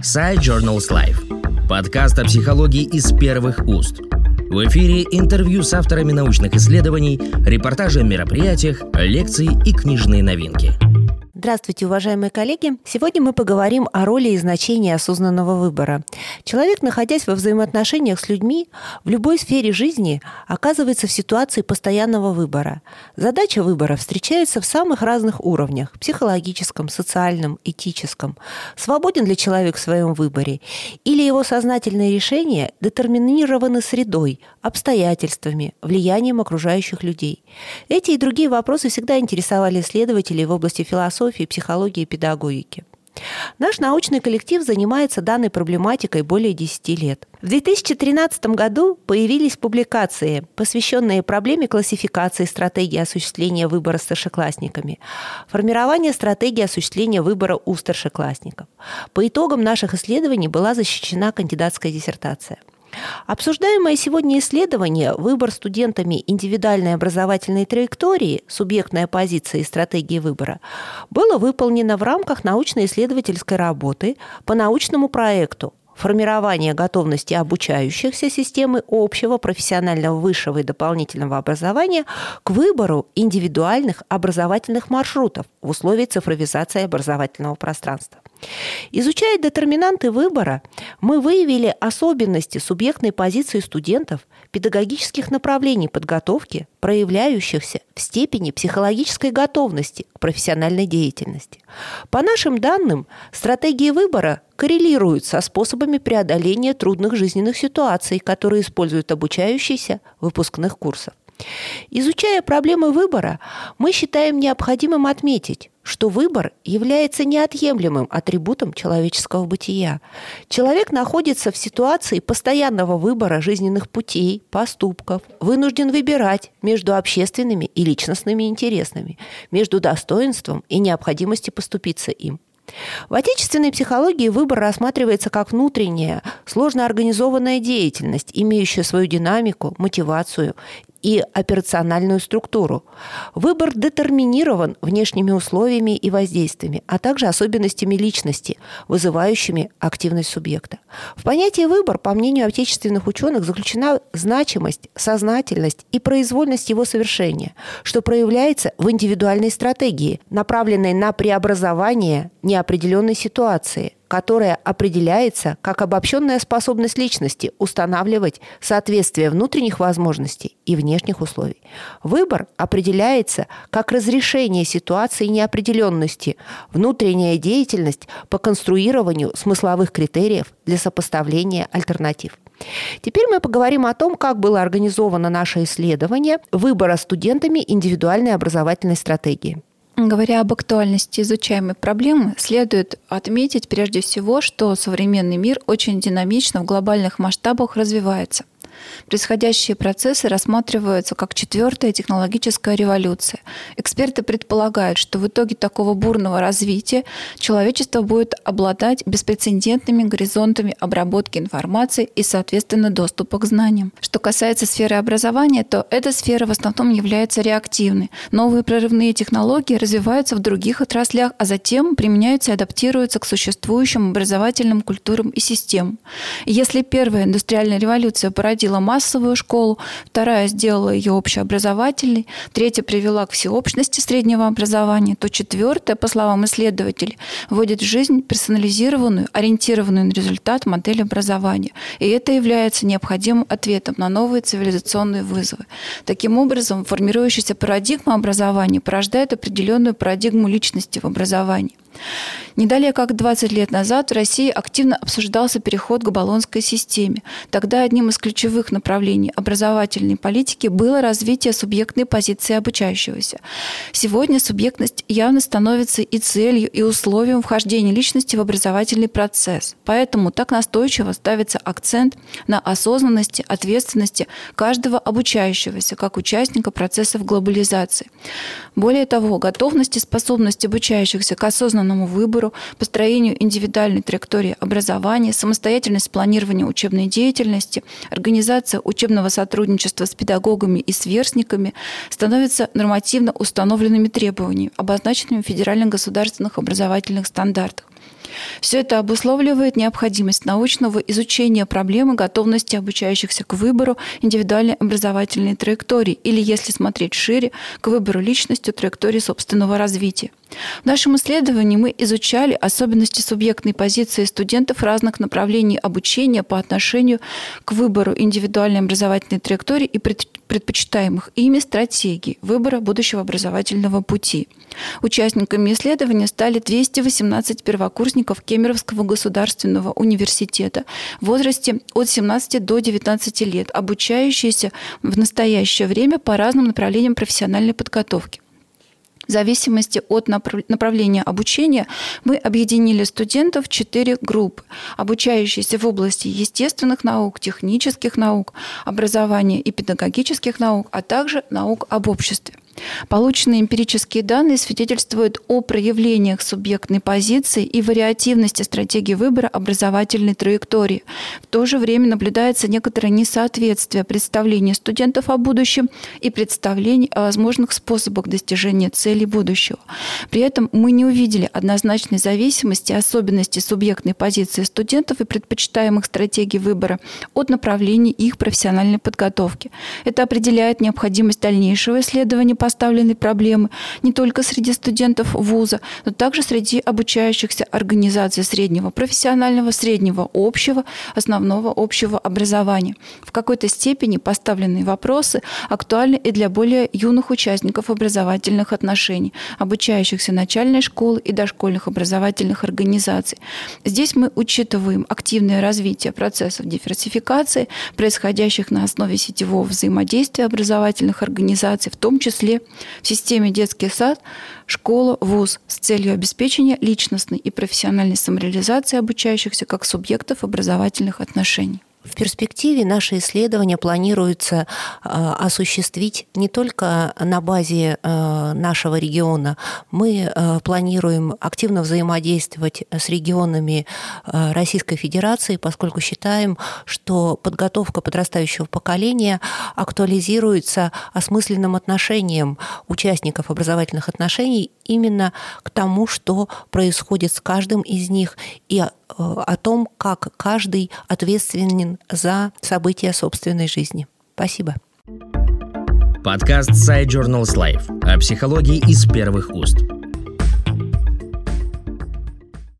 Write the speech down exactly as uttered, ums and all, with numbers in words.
Sci Journals Life. Подкаст о психологии из первых уст. В эфире интервью с авторами научных исследований, репортажи о мероприятиях, лекции и книжные новинки. Здравствуйте, уважаемые коллеги! Сегодня мы поговорим о роли и значении осознанного выбора. Человек, находясь во взаимоотношениях с людьми, в любой сфере жизни оказывается в ситуации постоянного выбора. Задача выбора встречается в самых разных уровнях – психологическом, социальном, этическом. Свободен ли человек в своем выборе? Или его сознательные решения детерминированы средой, обстоятельствами, влиянием окружающих людей? Эти и другие вопросы всегда интересовали исследователей в области философии, психологии и педагогики. Наш научный коллектив занимается данной проблематикой более десяти лет. В две тысячи тринадцатом году появились публикации, посвященные проблеме классификации стратегии осуществления выбора старшеклассниками, формирование стратегии осуществления выбора у старшеклассников. По итогам наших исследований была защищена кандидатская диссертация. Обсуждаемое сегодня исследование «Выбор студентами индивидуальной образовательной траектории. Субъектная позиция и стратегии выбора» было выполнено в рамках научно-исследовательской работы по научному проекту «Формирование готовности обучающихся системы общего, профессионального, высшего и дополнительного образования к выбору индивидуальных образовательных маршрутов в условиях цифровизации образовательного пространства». Изучая детерминанты выбора, мы выявили особенности субъектной позиции студентов педагогических направлений подготовки, проявляющихся в степени психологической готовности к профессиональной деятельности. По нашим данным, стратегии выбора коррелируют со способами преодоления трудных жизненных ситуаций, которые используют обучающиеся выпускных курсов. Изучая проблемы выбора, мы считаем необходимым отметить, что выбор является неотъемлемым атрибутом человеческого бытия. Человек находится в ситуации постоянного выбора жизненных путей, поступков, вынужден выбирать между общественными и личностными интересами, между достоинством и необходимостью поступиться им. В отечественной психологии выбор рассматривается как внутренняя, сложно организованная деятельность, имеющая свою динамику, мотивацию и операциональную структуру. Выбор детерминирован внешними условиями и воздействиями, а также особенностями личности, вызывающими активность субъекта. В понятии «выбор», по мнению отечественных ученых, заключена значимость, сознательность и произвольность его совершения, что проявляется в индивидуальной стратегии, направленной на преобразование неопределенной ситуации, которая определяется как обобщенная способность личности устанавливать соответствие внутренних возможностей и внешних условий. Выбор определяется как разрешение ситуации неопределенности, внутренняя деятельность по конструированию смысловых критериев для сопоставления альтернатив. Теперь мы поговорим о том, как было организовано наше исследование выбора студентами индивидуальной образовательной стратегии. Говоря об актуальности изучаемой проблемы, следует отметить прежде всего, что современный мир очень динамично в глобальных масштабах развивается. Происходящие процессы рассматриваются как четвертая технологическая революция. Эксперты предполагают, что в итоге такого бурного развития человечество будет обладать беспрецедентными горизонтами обработки информации и, соответственно, доступа к знаниям. Что касается сферы образования, то эта сфера в основном является реактивной. Новые прорывные технологии развиваются в других отраслях, а затем применяются и адаптируются к существующим образовательным культурам и системам. И если первая индустриальная революция породила массовую школу, вторая сделала ее общеобразовательной, третья привела к всеобщности среднего образования, то четвертая, по словам исследователей, вводит в жизнь персонализированную, ориентированную на результат модель образования. И это является необходимым ответом на новые цивилизационные вызовы. Таким образом, формирующаяся парадигма образования порождает определенную парадигму личности в образовании. Не далее как двадцать лет назад в России активно обсуждался переход к болонской системе. Тогда одним из ключевых направлений образовательной политики было развитие субъектной позиции обучающегося. Сегодня субъектность явно становится и целью, и условием вхождения личности в образовательный процесс. Поэтому так настойчиво ставится акцент на осознанности, ответственности каждого обучающегося как участника процессов глобализации. Более того, готовность и способность обучающихся к осознанному выбору, построению индивидуальной траектории образования, самостоятельность планирования учебной деятельности, организация учебного сотрудничества с педагогами и сверстниками становятся нормативно установленными требованиями, обозначенными в федеральных государственных образовательных стандартах. Все это обусловливает необходимость научного изучения проблемы готовности обучающихся к выбору индивидуальной образовательной траектории или, если смотреть шире, к выбору личностью траектории собственного развития. В нашем исследовании мы изучали особенности субъектной позиции студентов разных направлений обучения по отношению к выбору индивидуальной образовательной траектории и предпочитаемых ими стратегий выбора будущего образовательного пути. Участниками исследования стали двести восемнадцать первокурсников Кемеровского государственного университета в возрасте от семнадцати до девятнадцати лет, обучающиеся в настоящее время по разным направлениям профессиональной подготовки. В зависимости от направления обучения мы объединили студентов в четыре группы, обучающиеся в области естественных наук, технических наук, образования и педагогических наук, а также наук об обществе. Полученные эмпирические данные свидетельствуют о проявлениях субъектной позиции и вариативности стратегии выбора образовательной траектории. В то же время наблюдается некоторое несоответствие представлений студентов о будущем и представлений о возможных способах достижения целей будущего. При этом мы не увидели однозначной зависимости особенностей субъектной позиции студентов и предпочитаемых стратегий выбора от направлений их профессиональной подготовки. Это определяет необходимость дальнейшего исследования поставленной проблемы не только среди студентов вуза, но также среди обучающихся организаций среднего профессионального, среднего общего, основного общего образования. В какой-то степени поставленные вопросы актуальны и для более юных участников образовательных отношений, обучающихся начальной школы и дошкольных образовательных организаций. Здесь мы учитываем активное развитие процессов диверсификации, происходящих на основе сетевого взаимодействия образовательных организаций, в том числе в системе детский сад, школа, вуз с целью обеспечения личностной и профессиональной самореализации обучающихся как субъектов образовательных отношений. В перспективе наше исследование планируется э, осуществить не только на базе э, нашего региона. Мы э, планируем активно взаимодействовать с регионами э, Российской Федерации, поскольку считаем, что подготовка подрастающего поколения актуализируется осмысленным отношением участников образовательных отношений именно к тому, что происходит с каждым из них, и о том, как каждый ответственен за события собственной жизни. Спасибо. Подкаст Side Journals Life о психологии из первых уст.